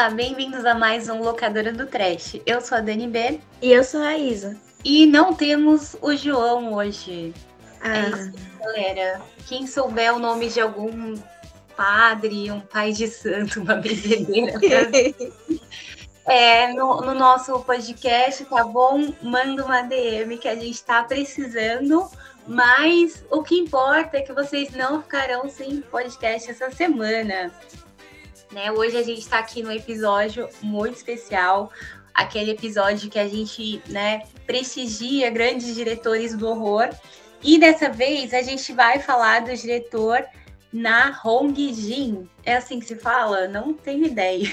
Olá, bem-vindos a mais um Locadora do Trash. Eu sou a Dani B. E eu sou a Isa. E não temos o João hoje. Ah. É isso, galera. Quem souber o nome de algum padre, um pai de santo, uma bebedeira, no nosso podcast, tá bom? Manda uma DM que a gente tá precisando. Mas o que importa é que vocês não ficarão sem podcast essa semana. Né? Hoje a gente está aqui num episódio muito especial, aquele episódio que a gente, né, prestigia grandes diretores do horror. E dessa vez a gente vai falar do diretor Na Hong Jin. É assim que se fala? Não tenho ideia.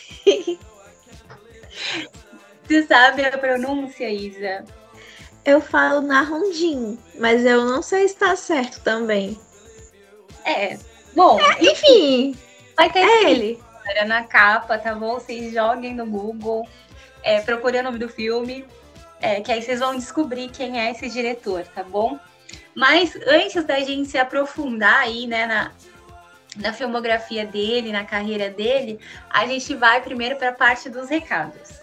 Você sabe a pronúncia, Isa? Eu falo Na Hong Jin, mas eu não sei se tá certo também. Bom, enfim. Vai ter ele na capa, tá bom? Vocês joguem no Google, procurem o nome do filme, que aí vocês vão descobrir quem é esse diretor, tá bom? Mas antes da gente se aprofundar aí, né, na filmografia dele, na carreira dele, a gente vai primeiro para a parte dos recados.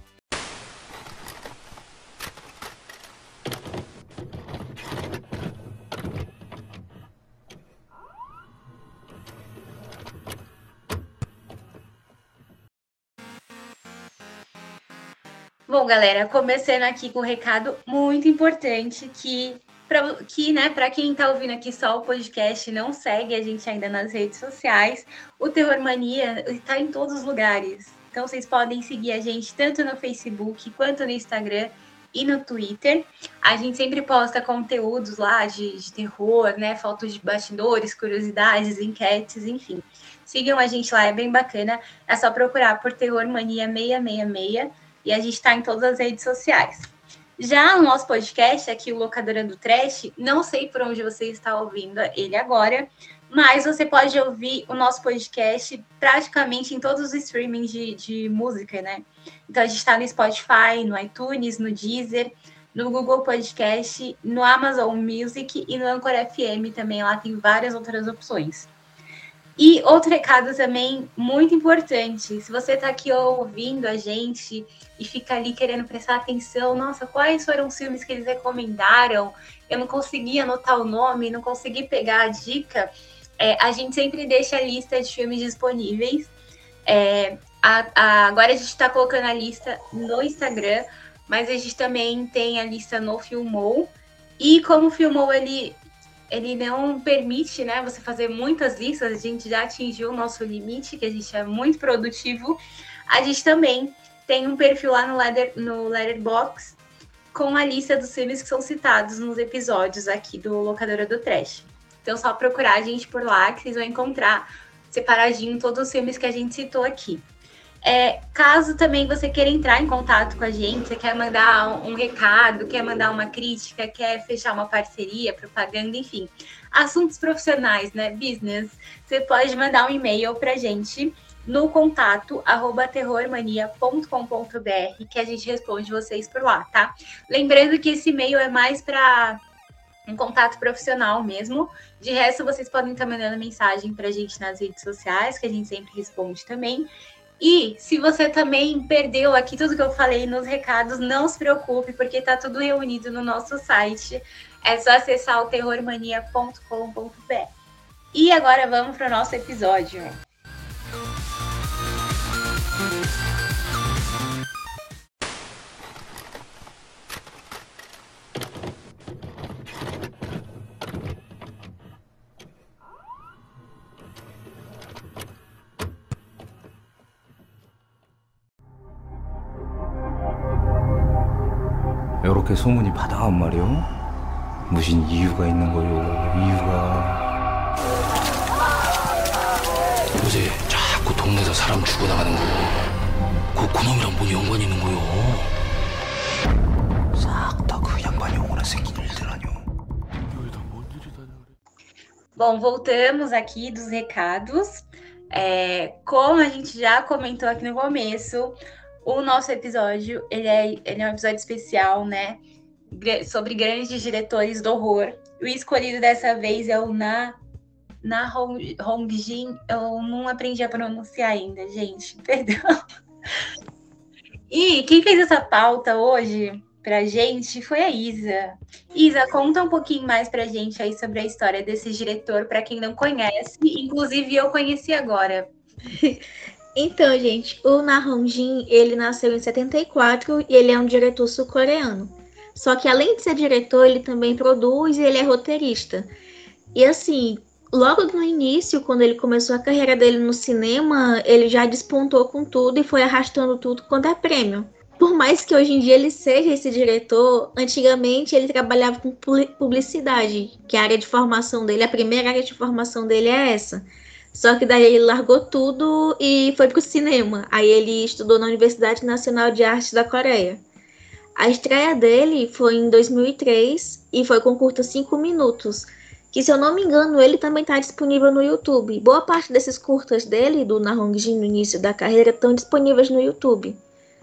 Bom, galera, começando aqui com um recado muito importante que né, para quem está ouvindo aqui só o podcast, não segue a gente ainda nas redes sociais, o Terror Mania está em todos os lugares. Então, vocês podem seguir a gente tanto no Facebook, quanto no Instagram e no Twitter. A gente sempre posta conteúdos lá de terror, né, fotos de bastidores, curiosidades, enquetes, enfim. Sigam a gente lá, é bem bacana. É só procurar por Terror Mania 666. E a gente está em todas as redes sociais. Já no nosso podcast, aqui o Locadora do Trash, não sei por onde você está ouvindo ele agora, mas você pode ouvir o nosso podcast praticamente em todos os streamings de música, né? Então a gente está no Spotify, no iTunes, no Deezer, no Google Podcast, no Amazon Music e no Anchor FM também. Lá tem várias outras opções. E outro recado também muito importante, se você está aqui ouvindo a gente e fica ali querendo prestar atenção, nossa, quais foram os filmes que eles recomendaram? Eu não consegui anotar o nome, não consegui pegar a dica. A gente sempre deixa a lista de filmes disponíveis. Agora a gente está colocando a lista no Instagram, mas a gente também tem a lista no Filmou. E como o Filmou, ele não permite, né, você fazer muitas listas, a gente já atingiu o nosso limite, que a gente é muito produtivo. A gente também tem um perfil lá no Letterboxd com a lista dos filmes que são citados nos episódios aqui do Locadora do Trash. Então, só procurar a gente por lá, que vocês vão encontrar separadinho todos os filmes que a gente citou aqui. Caso também você queira entrar em contato com a gente, você quer mandar um recado, quer mandar uma crítica, quer fechar uma parceria, propaganda, enfim, assuntos profissionais, né, business, você pode mandar um e-mail pra gente no contato @terrormania.com.br, que a gente responde vocês por lá, tá? Lembrando que esse e-mail é mais para um contato profissional mesmo. De resto, vocês podem estar mandando mensagem pra gente nas redes sociais, que a gente sempre responde também. E se você também perdeu aqui tudo que eu falei nos recados, não se preocupe, porque tá tudo reunido no nosso site. É só acessar o terrormania.com.br. E agora vamos para o nosso episódio. 이렇게 소문이 바다한 말이요? 무슨 이유가 있는 거요? 이유가... 요새 자꾸 동네에서 사람 죽어나가는 거 그놈이랑 뭔 연관이 있는 거요? 싹 다 그 양반이 영원한 생긴 일들 아니요? Bom, voltamos aqui dos recados. Como a gente já comentou aqui no começo, o nosso episódio, ele é um episódio especial, né? Sobre grandes diretores do horror. O escolhido dessa vez é o Na Hongjin, eu não aprendi a pronunciar ainda, gente, perdão. E quem fez essa pauta hoje pra gente foi a Isa. Isa, conta um pouquinho mais pra gente aí sobre a história desse diretor, pra quem não conhece, inclusive eu conheci agora. Então, gente, o Na Hong-jin, ele nasceu em 74 e ele é um diretor sul-coreano. Só que além de ser diretor, ele também produz e ele é roteirista. E assim, logo no início, quando ele começou a carreira dele no cinema, ele já despontou com tudo e foi arrastando tudo quanto é prêmio. Por mais que hoje em dia ele seja esse diretor, antigamente ele trabalhava com publicidade, que é a área de formação dele, a primeira área de formação dele é essa. Só que daí ele largou tudo e foi pro cinema. Aí ele estudou na Universidade Nacional de Artes da Coreia. A estreia dele foi em 2003 e foi com curta 5 minutos. Que, se eu não me engano, ele também está disponível no YouTube. Boa parte desses curtas dele, do Na Hong-jin, no início da carreira, estão disponíveis no YouTube.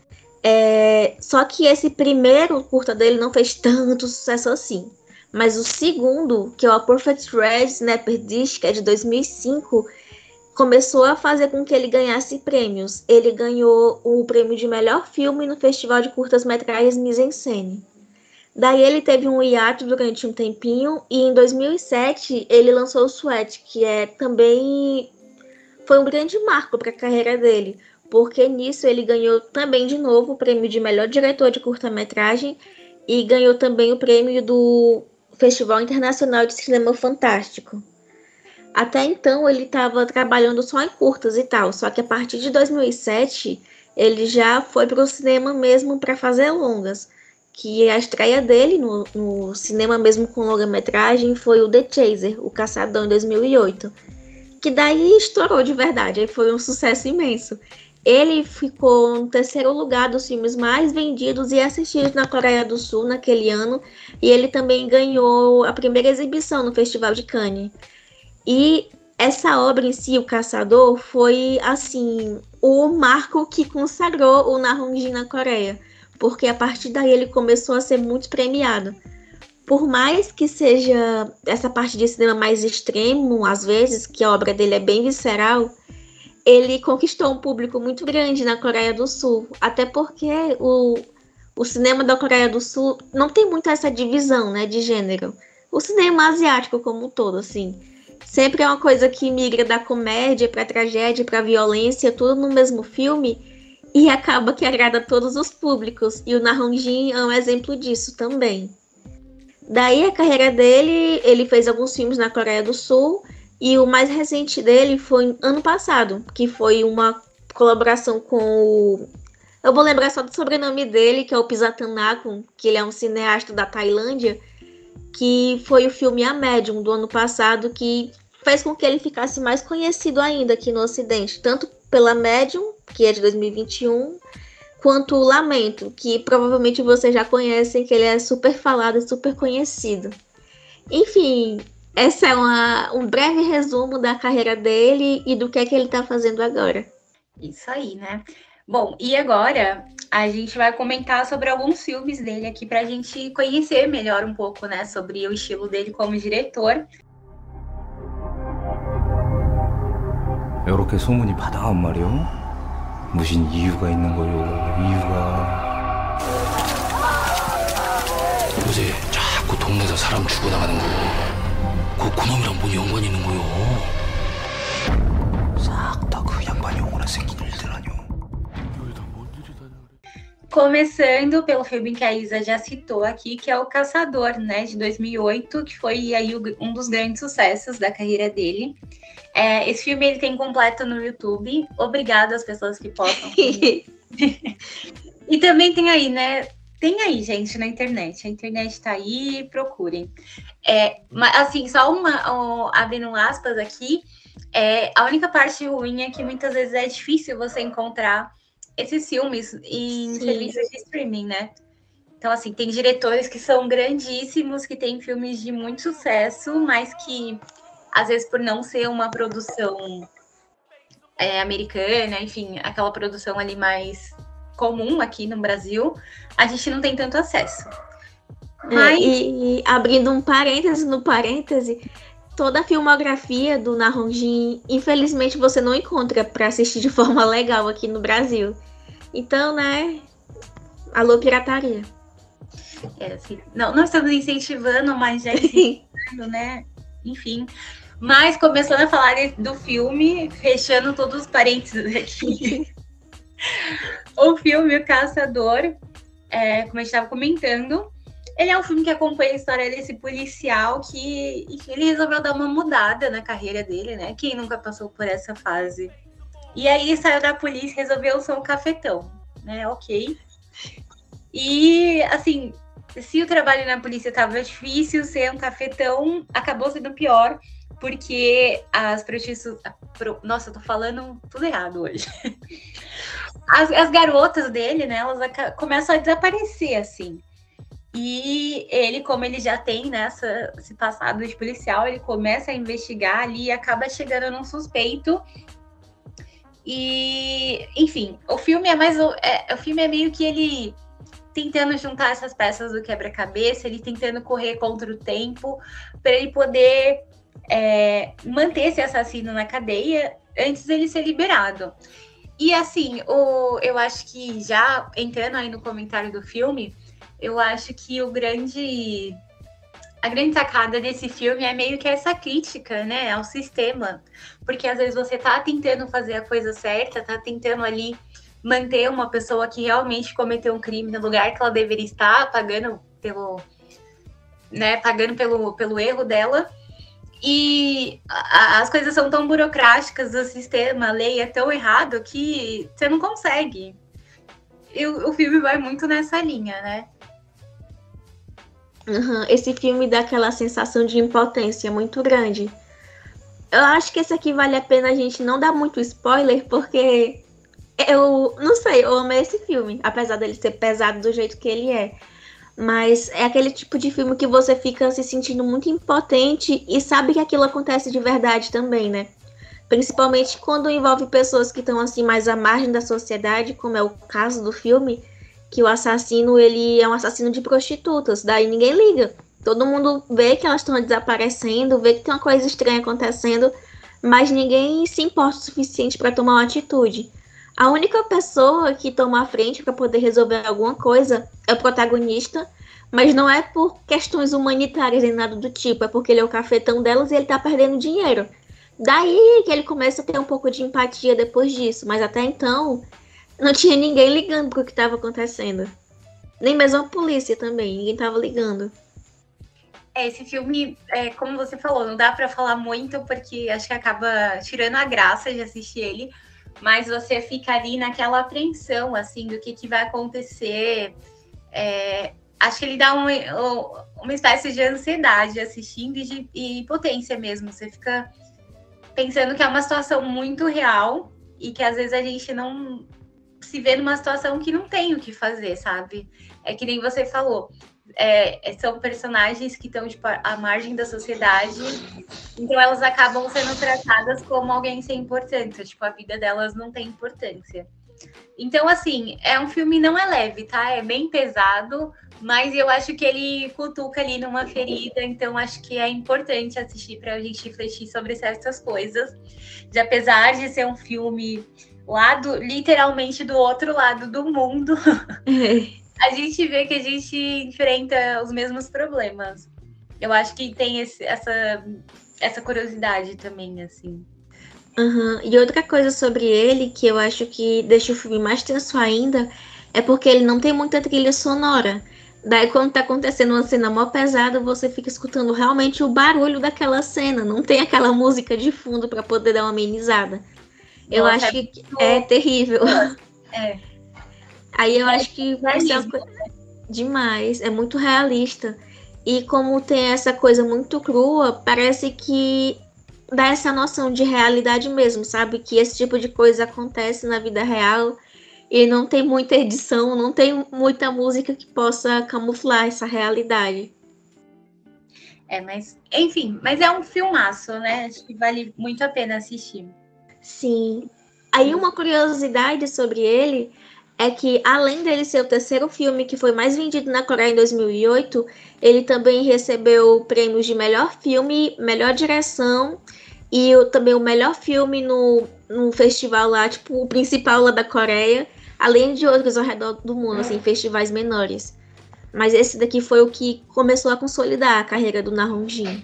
Só que esse primeiro curta dele não fez tanto sucesso assim. Mas o segundo, que é o A Perfect Red Snapper Dish, que é de 2005, começou a fazer com que ele ganhasse prêmios. Ele ganhou o prêmio de melhor filme no Festival de Curtas-Metragens Mise-en-Scène. Daí ele teve um hiato durante um tempinho e em 2007 ele lançou o Sweat, que também foi um grande marco para a carreira dele, porque nisso ele ganhou também de novo o prêmio de melhor diretor de curta-metragem e ganhou também o prêmio do Festival Internacional de Cinema Fantástico. Até então ele estava trabalhando só em curtas e tal, só que a partir de 2007 ele já foi para o cinema mesmo para fazer longas, que a estreia dele no cinema mesmo com longa-metragem foi o The Chaser, o Caçador, em 2008, que daí estourou de verdade, aí foi um sucesso imenso. Ele ficou no terceiro lugar dos filmes mais vendidos e assistidos na Coreia do Sul naquele ano, e ele também ganhou a primeira exibição no Festival de Cannes. E essa obra em si, O Caçador, foi assim o marco que consagrou o Na Hong-jin na Coreia, porque a partir daí ele começou a ser muito premiado. Por mais que seja essa parte de cinema mais extremo, às vezes, que a obra dele é bem visceral, ele conquistou um público muito grande na Coreia do Sul, até porque o cinema da Coreia do Sul não tem muito essa divisão, né, de gênero. O cinema asiático como um todo, assim, sempre é uma coisa que migra da comédia para tragédia, para violência, tudo no mesmo filme, e acaba que agrada a todos os públicos, e o Na Hong-jin é um exemplo disso também. Daí a carreira dele, ele fez alguns filmes na Coreia do Sul, e o mais recente dele foi ano passado, que foi uma colaboração com o... Eu vou lembrar só do sobrenome dele, que é o Pisathanakul, que ele é um cineasta da Tailândia, que foi o filme A Medium, do ano passado, que fez com que ele ficasse mais conhecido ainda aqui no Ocidente, tanto pela Medium, que é de 2021, quanto o Lamento, que provavelmente vocês já conhecem, que ele é super falado e super conhecido. Enfim, esse é um breve resumo da carreira dele e do que é que ele está fazendo agora. Isso aí, né? Bom, e agora a gente vai comentar sobre alguns filmes dele aqui para a gente conhecer melhor um pouco, né, sobre o estilo dele como diretor. 이렇게 소문이 바다한 말이요? 무슨 이유가 있는 거요? 이유가... 요새 자꾸 동네에서 사람 죽어나가는 거 그놈이랑 뭔 연관이 있는 거요? 싹 다 그 양반이 영원한 생긴 일들 아니오? Começando pelo filme que a Isa já citou aqui, que é O Caçador, né, de 2008, que foi aí um dos grandes sucessos da carreira dele. Esse filme ele tem completo no YouTube. Obrigada às pessoas que possam. E também tem aí, né? Tem aí, gente, na internet. A internet tá aí, procurem. Mas, assim, só abrindo aspas aqui, a única parte ruim é que muitas vezes é difícil você encontrar esses filmes em serviços de streaming, né? Então, assim, tem diretores que são grandíssimos, que têm filmes de muito sucesso, mas que, às vezes, por não ser uma produção americana, enfim, aquela produção ali mais comum aqui no Brasil, a gente não tem tanto acesso. Mas... E abrindo um parêntese no parêntese, toda a filmografia do Na Hong Jin, infelizmente você não encontra para assistir de forma legal aqui no Brasil. Então, né? Alô, pirataria. Assim, não estamos incentivando, mas já incentivando, né? Enfim. Mas começando a falar do filme, fechando todos os parênteses aqui. O filme O Caçador, como a gente estava comentando, ele é um filme que acompanha a história desse policial que, enfim, ele resolveu dar uma mudada na carreira dele, né? Quem nunca passou por essa fase? E aí ele saiu da polícia e resolveu ser um cafetão, né? Ok. E, assim, se o trabalho na polícia estava difícil, ser um cafetão acabou sendo pior, porque as prostitutas... Nossa, eu tô falando tudo errado hoje. As garotas dele, né, elas começam a desaparecer, assim. E ele, como ele já tem, né, esse passado de policial, ele começa a investigar ali e acaba chegando num suspeito. E, enfim, o filme é meio que ele tentando juntar essas peças do quebra-cabeça, ele tentando correr contra o tempo para ele poder manter esse assassino na cadeia antes dele ser liberado. E assim, eu acho que já entrando aí no comentário do filme, eu acho que a grande sacada desse filme é meio que essa crítica, né, ao sistema. Porque às vezes você tá tentando fazer a coisa certa, tá tentando ali manter uma pessoa que realmente cometeu um crime no lugar que ela deveria estar, pagando pelo erro dela. E as coisas são tão burocráticas do sistema, a lei é tão errado que você não consegue. E o filme vai muito nessa linha, né? Esse filme dá aquela sensação de impotência muito grande. Eu acho que esse aqui vale a pena a gente não dar muito spoiler, porque eu não sei, eu amei esse filme, apesar dele ser pesado do jeito que ele é. Mas é aquele tipo de filme que você fica se sentindo muito impotente e sabe que aquilo acontece de verdade também, né? Principalmente quando envolve pessoas que estão assim mais à margem da sociedade, como é o caso do filme, que o assassino, ele é um assassino de prostitutas, daí ninguém liga. Todo mundo vê que elas estão desaparecendo, vê que tem uma coisa estranha acontecendo, mas ninguém se importa o suficiente para tomar uma atitude. A única pessoa que toma a frente para poder resolver alguma coisa é o protagonista, mas não é por questões humanitárias nem nada do tipo, é porque ele é o cafetão delas e ele tá perdendo dinheiro. Daí que ele começa a ter um pouco de empatia depois disso, mas até então não tinha ninguém ligando pro que estava acontecendo. Nem mesmo a polícia também, ninguém tava ligando. Esse filme, como você falou, não dá para falar muito, porque acho que acaba tirando a graça de assistir ele, mas você fica ali naquela apreensão, assim, do que vai acontecer. Acho que ele dá uma espécie de ansiedade assistindo e impotência mesmo. Você fica pensando que é uma situação muito real e que às vezes a gente não se vê numa situação que não tem o que fazer, sabe? É que nem você falou. São personagens que estão tipo, à margem da sociedade, então elas acabam sendo tratadas como alguém sem importância, tipo, a vida delas não tem importância. Então, assim, um filme não é leve, tá? É bem pesado, mas eu acho que ele cutuca ali numa ferida, então acho que é importante assistir pra gente refletir sobre certas coisas. Apesar de ser um filme literalmente do outro lado do mundo, a gente vê que a gente enfrenta os mesmos problemas. Eu acho que tem essa curiosidade também, assim. E outra coisa sobre ele, que eu acho que deixa o filme mais tenso ainda, é porque ele não tem muita trilha sonora. Daí, quando tá acontecendo uma cena mó pesada, você fica escutando realmente o barulho daquela cena. Não tem aquela música de fundo para poder dar uma amenizada. Eu acho que é terrível. Aí eu acho que isso é uma coisa demais, é muito realista. E como tem essa coisa muito crua, parece que dá essa noção de realidade mesmo, sabe? Que esse tipo de coisa acontece na vida real e não tem muita edição, não tem muita música que possa camuflar essa realidade. Mas é um filmaço, né? Acho que vale muito a pena assistir. Sim. Aí uma curiosidade sobre ele é que, além dele ser o terceiro filme que foi mais vendido na Coreia em 2008, ele também recebeu prêmios de melhor filme, melhor direção e também o melhor filme no festival lá, tipo, o principal lá da Coreia, além de outros ao redor do mundo, assim, festivais menores. Mas esse daqui foi o que começou a consolidar a carreira do Na Hong-jin.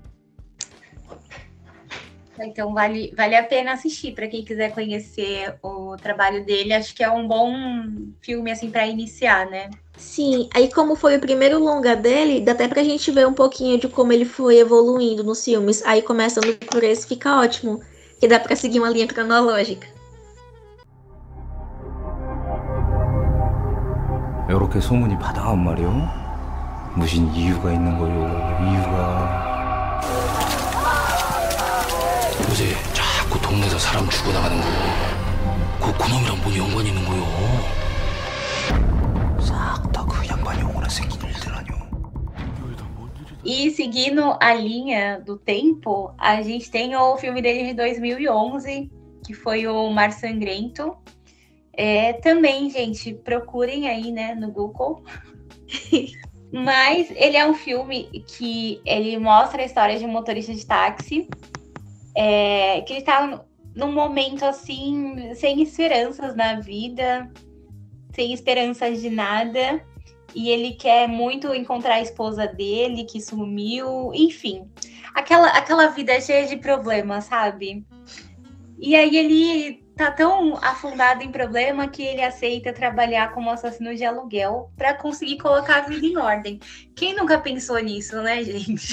Então vale a pena assistir para quem quiser conhecer o trabalho dele. Acho que é um bom filme assim para iniciar, né? Sim, aí como foi o primeiro longa dele, dá até pra gente ver um pouquinho de como ele foi evoluindo nos filmes. Aí começando por esse fica ótimo, que dá pra seguir uma linha cronológica. 이렇게 소문이 바다한 말이요? 무슨 이유가 있는 거요? 이유가... 요새 자꾸 동네에서 사람 죽어나가는 거 그놈이랑 뭔 연관이 있는 거요? 싹 다 그 양반이 영원한 생긴 일들 아니요? E seguindo a linha do tempo, a gente tem o filme dele de 2011, que foi o Mar Sangrento. Também, gente, procurem aí, né, no Google. Mas ele é um filme que ele mostra a história de um motorista de táxi, que ele tá num momento, assim, sem esperanças na vida, sem esperanças de nada, e ele quer muito encontrar a esposa dele, que sumiu, enfim. Aquela vida cheia de problemas, sabe? E aí ele tá tão afundado em problema que ele aceita trabalhar como assassino de aluguel para conseguir colocar a vida em ordem. Quem nunca pensou nisso, né, gente?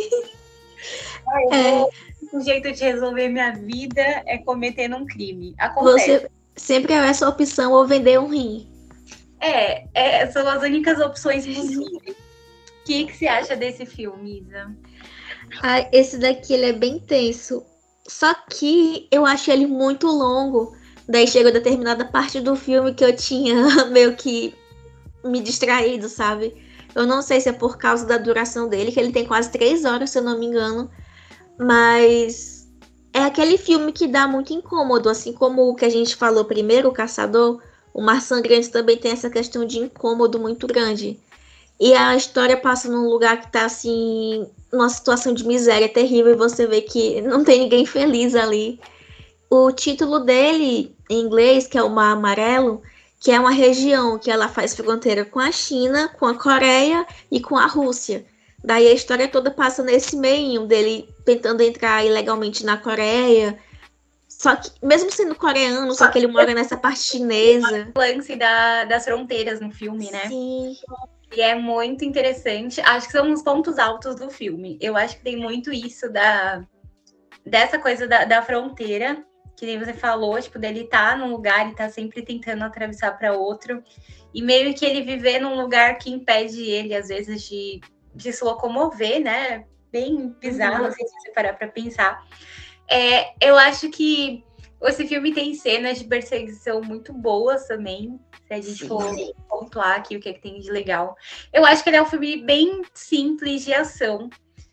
O jeito de resolver minha vida é cometendo um crime. Acontece. Você sempre é essa opção ou vender um rim. São as únicas opções possíveis. O que você acha desse filme, Isa? Esse daqui ele é bem tenso. Só que eu achei ele muito longo. Daí chegou a determinada parte do filme que eu tinha meio que me distraído, sabe? Eu não sei se é por causa da duração dele, que ele tem quase 3 horas, se eu não me engano. Mas é aquele filme que dá muito incômodo, assim como o que a gente falou primeiro, O Caçador. O Mar Sangrento também tem essa questão de incômodo muito grande. E a história passa num lugar que tá, assim, numa situação de miséria terrível, e você vê que não tem ninguém feliz ali. O título dele, em inglês, que é o Mar Amarelo, que é uma região que ela faz fronteira com a China, com a Coreia e com a Rússia. Daí a história toda passa nesse meio dele tentando entrar ilegalmente na Coreia. Só que, mesmo sendo coreano, só que ele mora nessa parte chinesa. O lance das fronteiras no filme, né? Sim. E é muito interessante. Acho que são os pontos altos do filme. Eu acho que tem muito isso dessa coisa da fronteira, que nem você falou, tipo, dele tá num lugar e tá sempre tentando atravessar para outro. E meio que ele viver num lugar que impede ele, às vezes, de se locomover, né? Bem bizarro, assim, se você parar pra pensar. Eu acho que esse filme tem cenas de perseguição muito boas também, se a gente for pontuar aqui o que tem de legal. Eu acho que ele é um filme bem simples de ação.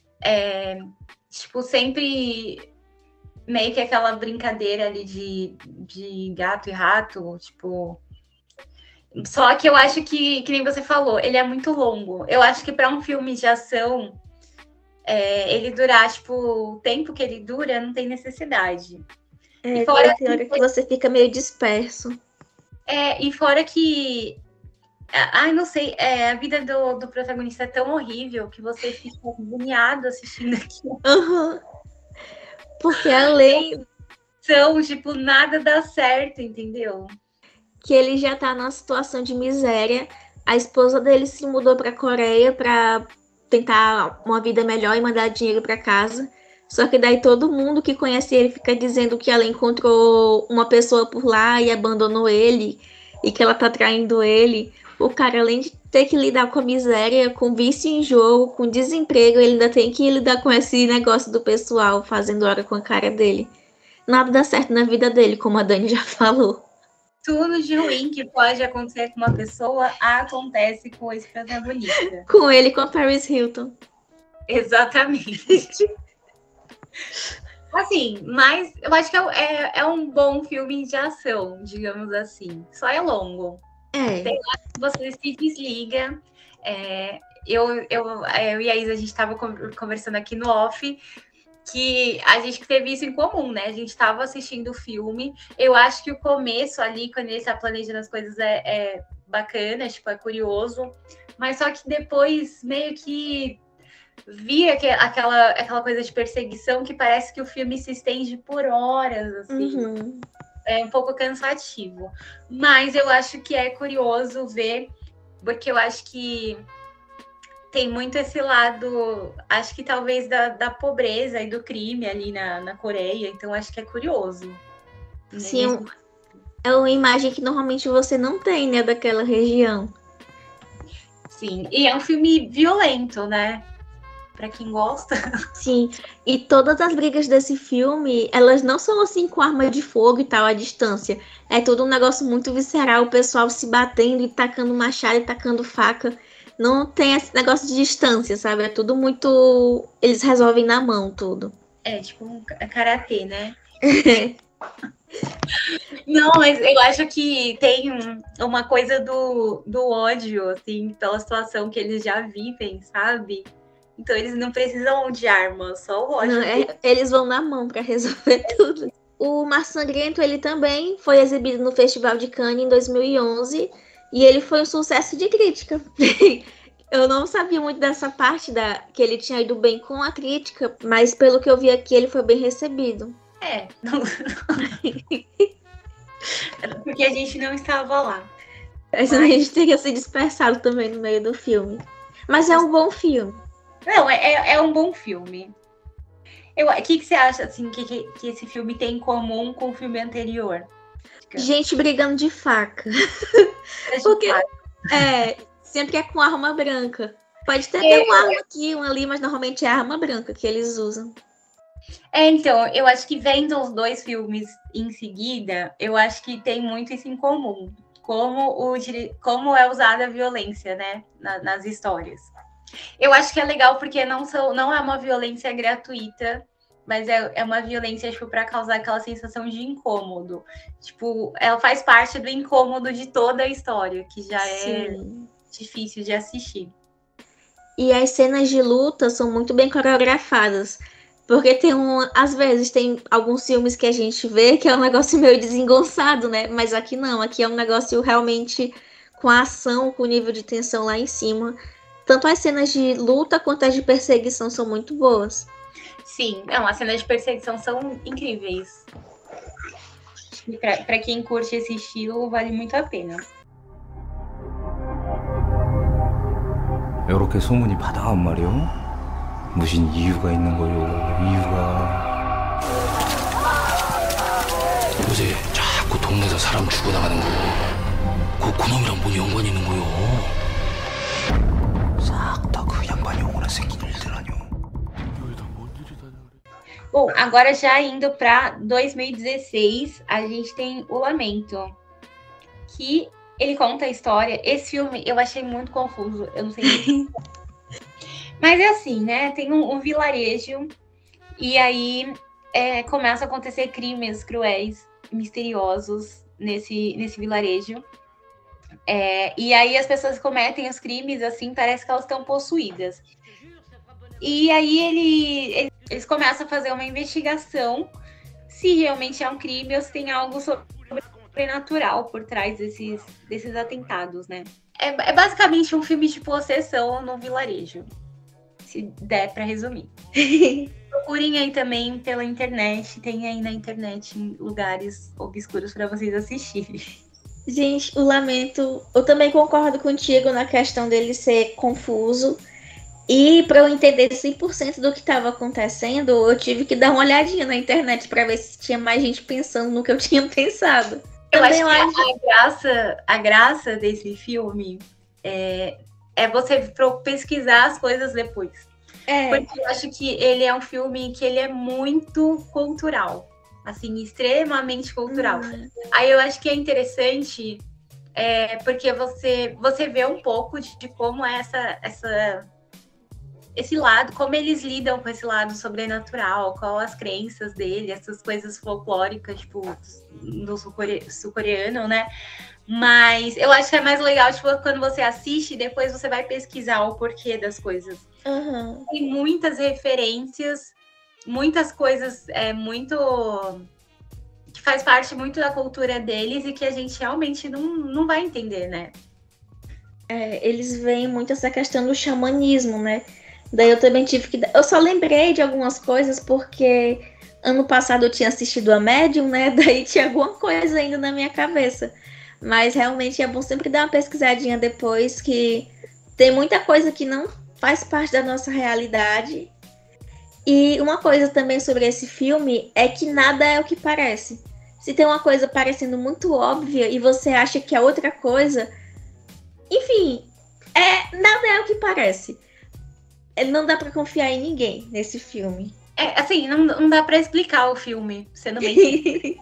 Tipo, sempre meio que aquela brincadeira ali de gato e rato, tipo... Só que eu acho que nem você falou, ele é muito longo. Eu acho que para um filme de ação, ele durar, tipo, o tempo que ele dura, não tem necessidade. E fora tem hora que você fica meio disperso. E fora que... não sei, a vida do protagonista é tão horrível que você fica agoniado assistindo aquilo. Uhum. Porque além... Tipo, nada dá certo, entendeu? Que ele já tá numa situação de miséria. A esposa dele se mudou pra Coreia pra tentar uma vida melhor e mandar dinheiro pra casa. Só que daí todo mundo que conhece ele fica dizendo que ela encontrou uma pessoa por lá e abandonou ele, e que ela tá traindo ele. O cara, além de ter que lidar com a miséria, com vício em jogo, com desemprego, ele ainda tem que lidar com esse negócio do pessoal fazendo hora com a cara dele. Nada dá certo na vida dele, como a Dani já falou. Tudo de ruim que pode acontecer com uma pessoa acontece com esse protagonista. Com ele, com a Paris Hilton. Exatamente. Assim, mas eu acho que é um bom filme de ação, digamos assim. Só é longo. É. Você se desliga. Eu e a Isa, a gente estava conversando aqui no off, que a gente teve isso em comum, né? A gente estava assistindo o filme. Eu acho que o começo ali, quando ele está planejando as coisas, é bacana, tipo, é curioso. Mas só que depois, meio que vira aquela coisa de perseguição que parece que o filme se estende por horas, assim. Uhum. É um pouco cansativo. Mas eu acho que é curioso ver, porque eu acho que tem muito esse lado, acho que talvez da pobreza e do crime ali na Coreia. Então, acho que é curioso. Sim, é uma imagem que normalmente você não tem, né, daquela região. Sim, e é um filme violento, né? Pra quem gosta. Sim, e todas as brigas desse filme, elas não são assim com arma de fogo e tal, à distância. É tudo um negócio muito visceral, o pessoal se batendo e tacando machado e tacando faca. Não tem esse negócio de distância, sabe? É tudo muito... Eles resolvem na mão tudo. É tipo um karatê, né? Não, mas eu acho que tem uma coisa do ódio, assim, pela situação que eles já vivem, sabe? Então eles não precisam de armas, só o ódio. Não, eles vão na mão pra resolver tudo. O Mar Sangrento, ele também foi exibido no Festival de Cannes em 2011 e ele foi um sucesso de crítica. Eu não sabia muito dessa parte que ele tinha ido bem com a crítica, mas pelo que eu vi aqui, ele foi bem recebido. Não... porque a gente não estava lá. Mas a gente teria se dispersado também no meio do filme. Mas é um bom filme. Não, é um bom filme. O que você acha, assim, que esse filme tem em comum com o filme anterior? Gente brigando de faca. Porque sempre é com arma branca. Pode ter uma arma aqui, uma ali, mas normalmente é a arma branca que eles usam. Então, eu acho que vendo os 2 filmes em seguida, eu acho que tem muito isso em comum. Como é usada a violência, né, nas histórias. Eu acho que é legal porque não é uma violência gratuita, mas é uma violência, tipo, para causar aquela sensação de incômodo. Tipo, ela faz parte do incômodo de toda a história, que já é difícil de assistir. E as cenas de luta são muito bem coreografadas. Porque às vezes tem alguns filmes que a gente vê que é um negócio meio desengonçado, né? Mas aqui não, aqui é um negócio realmente com a ação, com o nível de tensão lá em cima. Tanto as cenas de luta quanto as de perseguição são muito boas. Sim, as cenas de perseguição são incríveis. Para quem curte esse estilo, vale muito a pena. 이렇게 소문이 받아온 말이오? 무슨 이유가 있는 거요? 이유가... 요새 자꾸 동네에서 사람 죽어나가는 거 그놈이랑 뭔 연관이 있는 거요? 싹 다 그 양반이 영원한 생긴 일들 아니오? Bom, agora já indo para 2016, a gente tem O Lamento, que ele conta a história. Esse filme eu achei muito confuso, eu não sei nem. Mas é assim, né? Tem um vilarejo e aí começa a acontecer crimes cruéis, misteriosos nesse vilarejo. E aí as pessoas cometem os crimes, assim, parece que elas estão possuídas. E aí eles começam a fazer uma investigação se realmente é um crime ou se tem algo sobrenatural por trás desses atentados, né? É basicamente um filme de possessão no vilarejo, se der para resumir. Procurem aí também pela internet, tem aí na internet em lugares obscuros para vocês assistirem. Gente, O Lamento, eu também concordo contigo na questão dele ser confuso. E para eu entender 100% do que estava acontecendo, eu tive que dar uma olhadinha na internet para ver se tinha mais gente pensando no que eu tinha pensado. Eu acho que a graça desse filme é você pesquisar as coisas depois. Porque eu acho que ele é um filme que ele é muito cultural. Assim, extremamente cultural. Aí eu acho que é interessante porque você vê um pouco de como é esse lado, como eles lidam com esse lado sobrenatural, qual as crenças dele, essas coisas folclóricas, tipo, do sul-coreano, né? Mas eu acho que é mais legal, tipo, quando você assiste, depois você vai pesquisar o porquê das coisas. Uhum. Tem muitas referências, muitas coisas, muito... que faz parte muito da cultura deles e que a gente realmente não vai entender, né? Eles veem muito essa questão do xamanismo, né? Daí eu também tive que... Eu só lembrei de algumas coisas porque ano passado eu tinha assistido a Medium, né? Daí tinha alguma coisa ainda na minha cabeça. Mas realmente é bom sempre dar uma pesquisadinha depois, que tem muita coisa que não faz parte da nossa realidade. E uma coisa também sobre esse filme é que nada é o que parece. Se tem uma coisa parecendo muito óbvia e você acha que é outra coisa, enfim, nada é o que parece. Não dá pra confiar em ninguém nesse filme. Assim, não dá pra explicar o filme, sendo bem...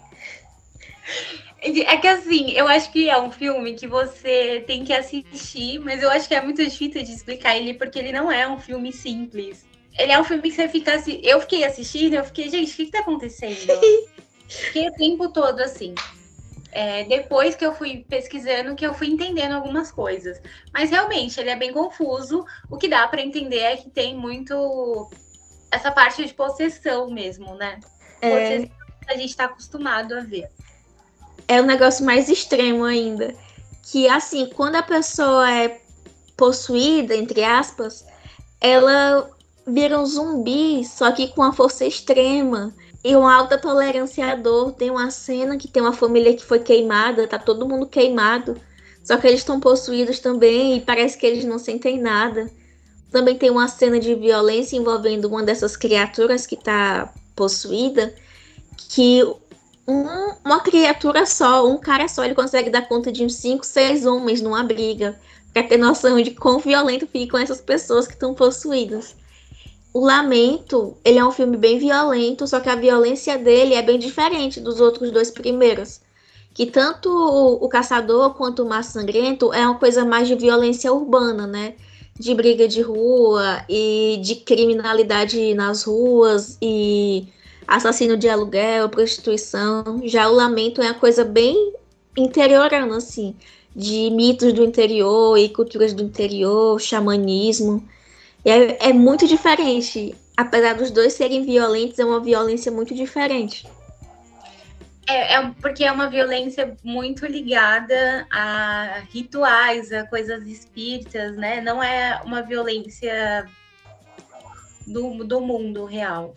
É que assim, eu acho que é um filme que você tem que assistir, mas eu acho que é muito difícil de explicar ele, porque ele não é um filme simples. Ele é um filme que você fica assim... Eu fiquei assistindo, eu fiquei, gente, o que tá acontecendo? Fiquei o tempo todo assim. Depois que eu fui pesquisando, que eu fui entendendo algumas coisas. Mas realmente, ele é bem confuso. O que dá pra entender é que tem muito essa parte de possessão mesmo, né? Possessão que a gente tá acostumado a ver. É um negócio mais extremo ainda. Que, assim, quando a pessoa é possuída, entre aspas, ela vira um zumbi, só que com uma força extrema e uma alta tolerância à dor. Tem uma cena que tem uma família que foi queimada, tá todo mundo queimado, só que eles estão possuídos também e parece que eles não sentem nada. Também tem uma cena de violência envolvendo uma dessas criaturas que tá possuída, que uma criatura só, um cara só, ele consegue dar conta de uns 5, 6 homens numa briga, pra ter noção de quão violento ficam essas pessoas que estão possuídas. O Lamento, ele é um filme bem violento, só que a violência dele é bem diferente dos outros dois primeiros. Que tanto o Caçador quanto o Mar Sangrento é uma coisa mais de violência urbana, né? De briga de rua e de criminalidade nas ruas e assassino de aluguel, prostituição. Já o Lamento é uma coisa bem interiorana, assim, de mitos do interior e culturas do interior, xamanismo. E é muito diferente. Apesar dos dois serem violentos, é uma violência muito diferente. Porque é uma violência muito ligada a rituais, a coisas espíritas, né? Não é uma violência do mundo real.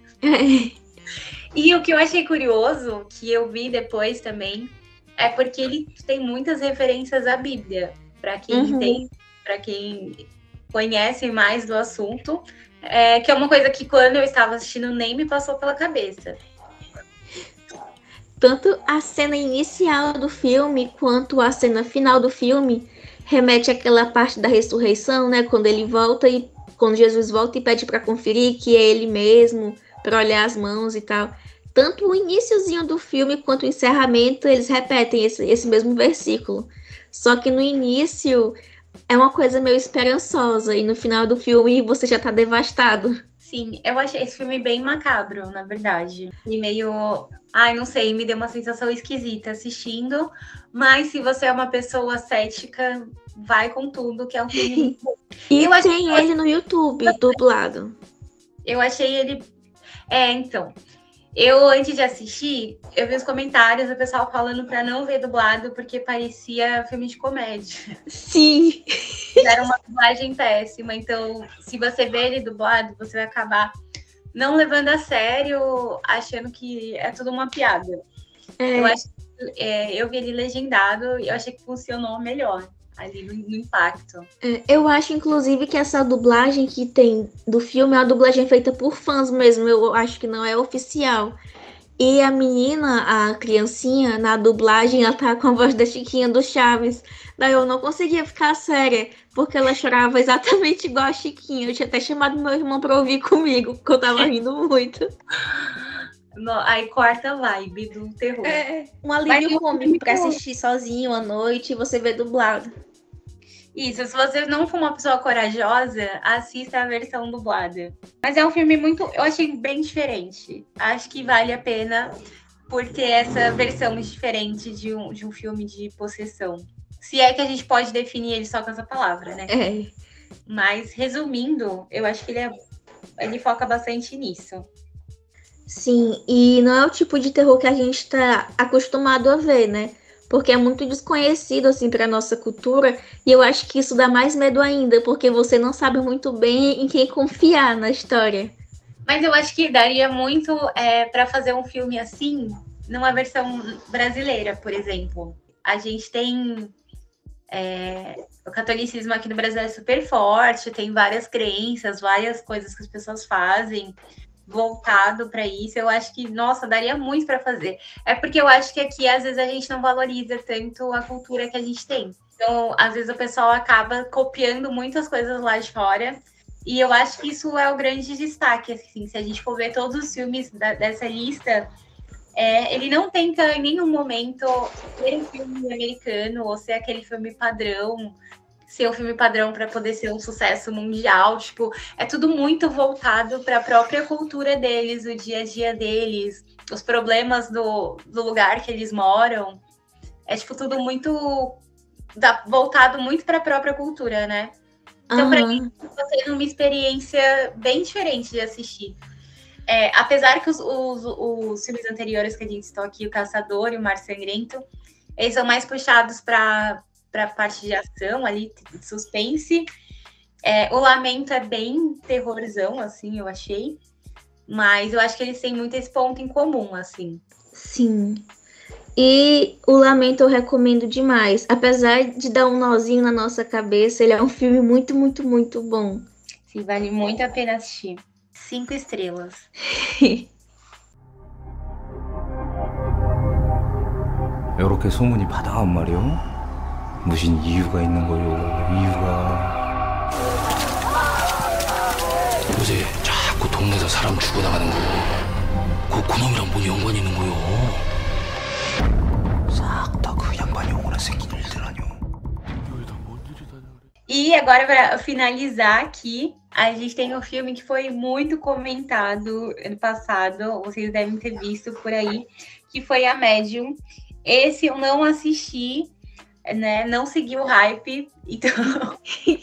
E o que eu achei curioso, que eu vi depois também, é porque ele tem muitas referências à Bíblia. Para quem para quem conhece mais do assunto, que é uma coisa que quando eu estava assistindo nem me passou pela cabeça. Tanto a cena inicial do filme quanto a cena final do filme remete àquela parte da ressurreição, né? Quando Jesus volta e pede para conferir que é ele mesmo, para olhar as mãos e tal. Tanto o iniciozinho do filme quanto o encerramento, eles repetem esse mesmo versículo. Só que no início é uma coisa meio esperançosa e no final do filme você já tá devastado. Sim, eu achei esse filme bem macabro, na verdade. E meio... não sei, me deu uma sensação esquisita assistindo. Mas se você é uma pessoa cética, vai com tudo, que é um filme muito bom. E tem ele no YouTube, dublado. Eu achei ele... então... Eu, antes de assistir, eu vi os comentários do pessoal falando pra não ver dublado, porque parecia filme de comédia. Sim. Era uma dublagem péssima. Então, se você vê ele dublado, você vai acabar não levando a sério, achando que é tudo uma piada. Eu vi ele legendado e eu achei que funcionou melhor ali no impacto. Eu acho, inclusive, que essa dublagem que tem do filme é uma dublagem feita por fãs mesmo. Eu acho que não é oficial. E a menina, a criancinha, na dublagem, ela tá com a voz da Chiquinha do Chaves. Daí eu não conseguia ficar séria, porque ela chorava exatamente igual a Chiquinha. Eu tinha até chamado meu irmão pra ouvir comigo, porque eu tava rindo muito. Aí corta a vibe do terror. Um alívio cômico pra assistir sozinho à noite e você ver dublado. Isso, se você não for uma pessoa corajosa, assista a versão dublada. Mas é um filme eu achei bem diferente. Acho que vale a pena por ter essa versão diferente de um filme de possessão. Se é que a gente pode definir ele só com essa palavra, né? É. Mas, resumindo, eu acho que ele foca bastante nisso. Sim, e não é o tipo de terror que a gente tá acostumado a ver, né? Porque é muito desconhecido, assim, pra nossa cultura. E eu acho que isso dá mais medo ainda, porque você não sabe muito bem em quem confiar na história. Mas eu acho que daria muito para fazer um filme assim, numa versão brasileira, por exemplo. A gente tem... o catolicismo aqui no Brasil é super forte, tem várias crenças, várias coisas que as pessoas fazem voltado para isso. Eu acho que, nossa, daria muito para fazer. É porque eu acho que aqui, às vezes, a gente não valoriza tanto a cultura que a gente tem. Então, às vezes, o pessoal acaba copiando muitas coisas lá de fora. E eu acho que isso é o grande destaque, assim. Se a gente for ver todos os filmes dessa lista, ele não tenta em nenhum momento ser um filme americano ou ser aquele filme padrão, ser um filme padrão para poder ser um sucesso mundial. Tipo, é tudo muito voltado para a própria cultura deles, o dia a dia deles, os problemas do lugar que eles moram. É, tipo, tudo muito voltado muito para a própria cultura, né? Então, para mim, está sendo uma experiência bem diferente de assistir. Apesar que os filmes anteriores que a gente citou aqui, O Caçador e O Mar Sangrento, eles são mais puxados para parte de ação ali, de suspense. O Lamento é bem terrorzão, assim, eu achei. Mas eu acho que eles têm muito esse ponto em comum, assim. Sim. E O Lamento eu recomendo demais. Apesar de dar um nozinho na nossa cabeça, ele é um filme muito, muito, muito bom. Sim, vale muito a pena assistir. 5 estrelas. 이렇게 소문이 바다한 말이요? 무슨 이유가 있는 거요? 이유가... 요새 자꾸 동네에서 사람 죽어나가는 거 그놈이랑 뭔 연관이 있는 거요? 싹 다 그 양반이 영원한 생긴 일들 아니오? E agora, para finalizar aqui, a gente tem um filme que foi muito comentado ano passado, vocês devem ter visto por aí, que foi A Medium. Esse eu não assisti, né? Não segui o hype, então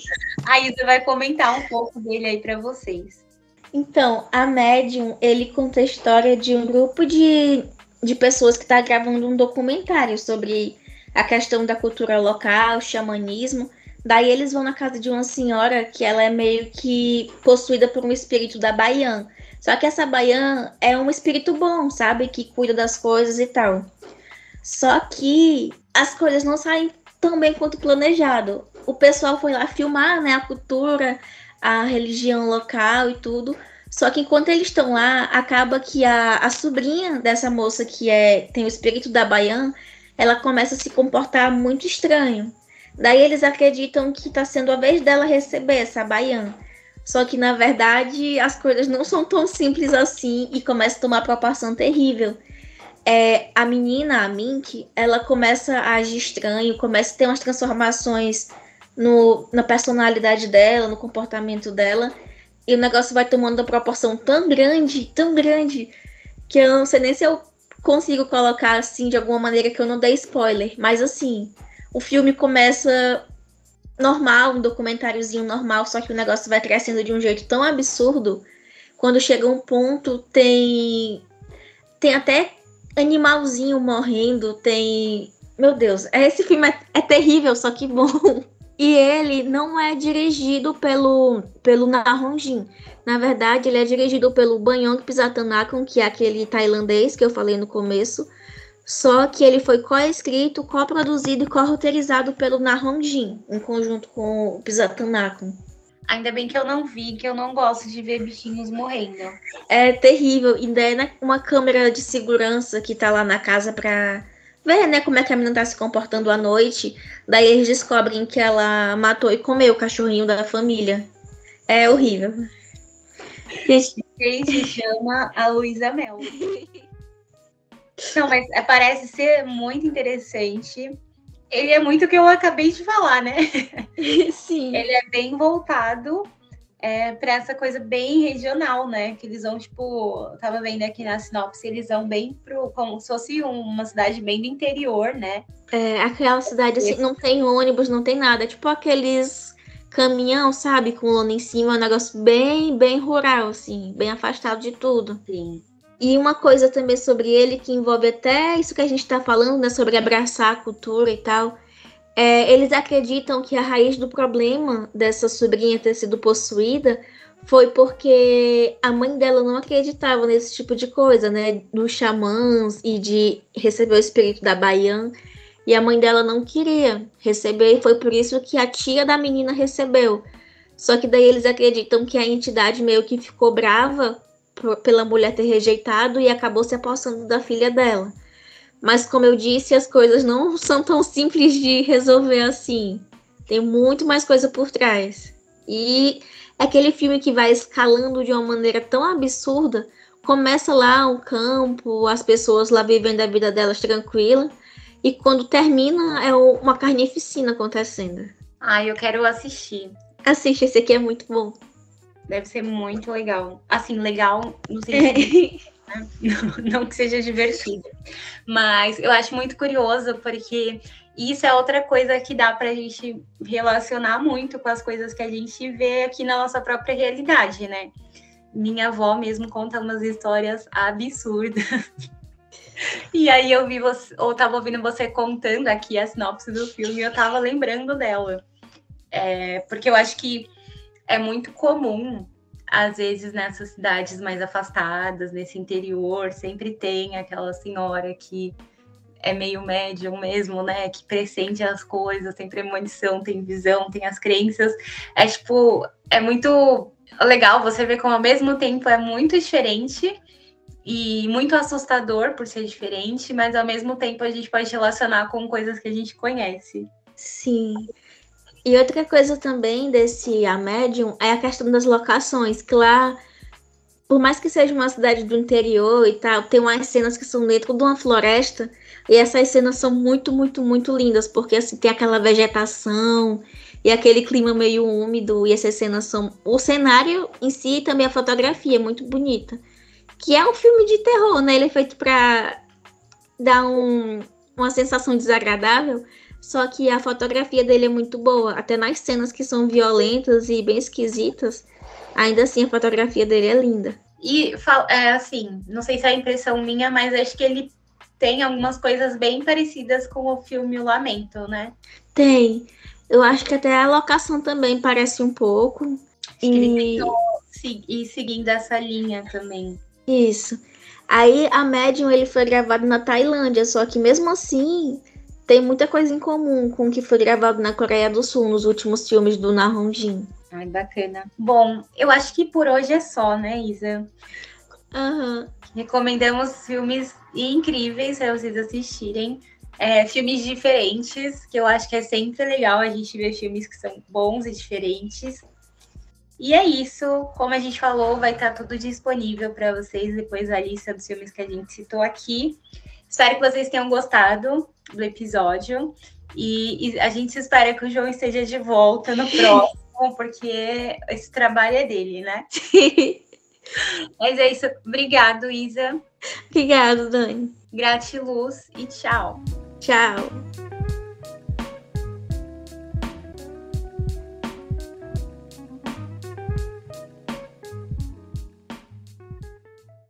a Isa vai comentar um pouco dele aí para vocês. Então, A Medium, ele conta a história de um grupo de pessoas que está gravando um documentário sobre a questão da cultura local, xamanismo. Daí eles vão na casa de uma senhora que ela é meio que possuída por um espírito da Baian. Só que essa Baian é um espírito bom, sabe? Que cuida das coisas e tal. Só que as coisas não saem tão bem quanto planejado. O pessoal foi lá filmar, né, a cultura, a religião local e tudo. Só que enquanto eles estão lá, acaba que a sobrinha dessa moça que tem o espírito da Baian, ela começa a se comportar muito estranho. Daí eles acreditam que está sendo a vez dela receber essa Baian. Só que, na verdade, as coisas não são tão simples assim e começa a tomar proporção terrível. A menina, a Mink, ela começa a agir estranho, começa a ter umas transformações na personalidade dela, no comportamento dela. E o negócio vai tomando uma proporção tão grande, que eu não sei nem se eu consigo colocar assim de alguma maneira que eu não dei spoiler. Mas assim... O filme começa normal, um documentáriozinho normal, só que o negócio vai crescendo de um jeito tão absurdo. Quando chega um ponto, tem até animalzinho morrendo, tem... Meu Deus, esse filme é terrível, só que bom. E ele não é dirigido pelo Na Hong-jin. Na verdade, ele é dirigido pelo Banyong Pisatanakorn, que é aquele tailandês que eu falei no começo. Só que ele foi co-escrito, co-produzido e co-roteirizado pelo Na Hong-jin, em conjunto com o Pisatanakorn. Ainda bem que eu não vi, que eu não gosto de ver bichinhos morrendo. É terrível, ainda é uma câmera de segurança que tá lá na casa pra ver, né, como é que a menina tá se comportando à noite. Daí eles descobrem que ela matou e comeu o cachorrinho da família. É horrível. Gente, chama a Luísa Mel. Não, mas parece ser muito interessante. Ele é muito o que eu acabei de falar, né? Sim. Ele é bem voltado para essa coisa bem regional, né? Que eles vão, tipo, eu tava vendo aqui na sinopse, eles vão bem como se fosse uma cidade bem do interior, né? Aquela cidade assim, não tem ônibus, não tem nada. Tipo aqueles caminhão, sabe? Com lona em cima, um negócio bem, bem rural, assim, bem afastado de tudo. Sim. E uma coisa também sobre ele que envolve até isso que a gente tá falando, né? Sobre abraçar a cultura e tal. Eles acreditam que a raiz do problema dessa sobrinha ter sido possuída foi porque a mãe dela não acreditava nesse tipo de coisa, né? Dos xamãs e de receber o espírito da Baian. E a mãe dela não queria receber, e foi por isso que a tia da menina recebeu. Só que daí eles acreditam que a entidade meio que ficou brava pela mulher ter rejeitado e acabou se apossando da filha dela. Mas, como eu disse, as coisas não são tão simples de resolver assim. Tem muito mais coisa por trás. E é aquele filme que vai escalando de uma maneira tão absurda. Começa lá um campo, as pessoas lá vivendo a vida delas tranquila. E quando termina, é uma carnificina acontecendo. Eu quero assistir. Assiste, esse aqui é muito bom. Deve ser muito legal. Assim, legal no sentido... Não que seja divertido, mas eu acho muito curioso, porque isso é outra coisa que dá pra gente relacionar muito com as coisas que a gente vê aqui na nossa própria realidade, né? Minha avó mesmo conta umas histórias absurdas. E aí eu tava ouvindo você contando aqui a sinopse do filme e eu tava lembrando dela. Porque eu acho que é muito comum, às vezes, nessas cidades mais afastadas, nesse interior, sempre tem aquela senhora que é meio médium mesmo, né? Que pressente as coisas, tem premonição, tem visão, tem as crenças. É muito legal você ver como, ao mesmo tempo, é muito diferente e muito assustador por ser diferente, mas, ao mesmo tempo, a gente pode relacionar com coisas que a gente conhece. Sim. E outra coisa também desse A Medium é a questão das locações, que lá, por mais que seja uma cidade do interior e tal, tem umas cenas que são dentro de uma floresta, e essas cenas são muito, muito, muito lindas, porque assim, tem aquela vegetação e aquele clima meio úmido, e essas cenas são... O cenário em si e também a fotografia é muito bonita. Que é um filme de terror, né? Ele é feito pra dar uma sensação desagradável, só que a fotografia dele é muito boa. Até nas cenas que são violentas e bem esquisitas, ainda assim a fotografia dele é linda. E, assim, não sei se é a impressão minha, mas acho que ele tem algumas coisas bem parecidas com o filme O Lamento, né? Tem. Eu acho que até a locação também parece um pouco. Acho que ele tentou ir seguindo essa linha também. Isso. Aí a Medium ele foi gravado na Tailândia, só que mesmo assim tem muita coisa em comum com o que foi gravado na Coreia do Sul nos últimos filmes do Na Hong-jin. Ai, bacana. Bom, eu acho que por hoje é só, né, Isa? Uhum. Recomendamos filmes incríveis para vocês assistirem. Filmes diferentes, que eu acho que é sempre legal a gente ver filmes que são bons e diferentes. E é isso. Como a gente falou, vai estar tudo disponível para vocês depois da lista dos filmes que a gente citou aqui. Espero que vocês tenham gostado do episódio. E a gente espera que o João esteja de volta no próximo, porque esse trabalho é dele, né? Mas é isso. Obrigado, Isa. Obrigada, Dani. Gratiluz e tchau. Tchau.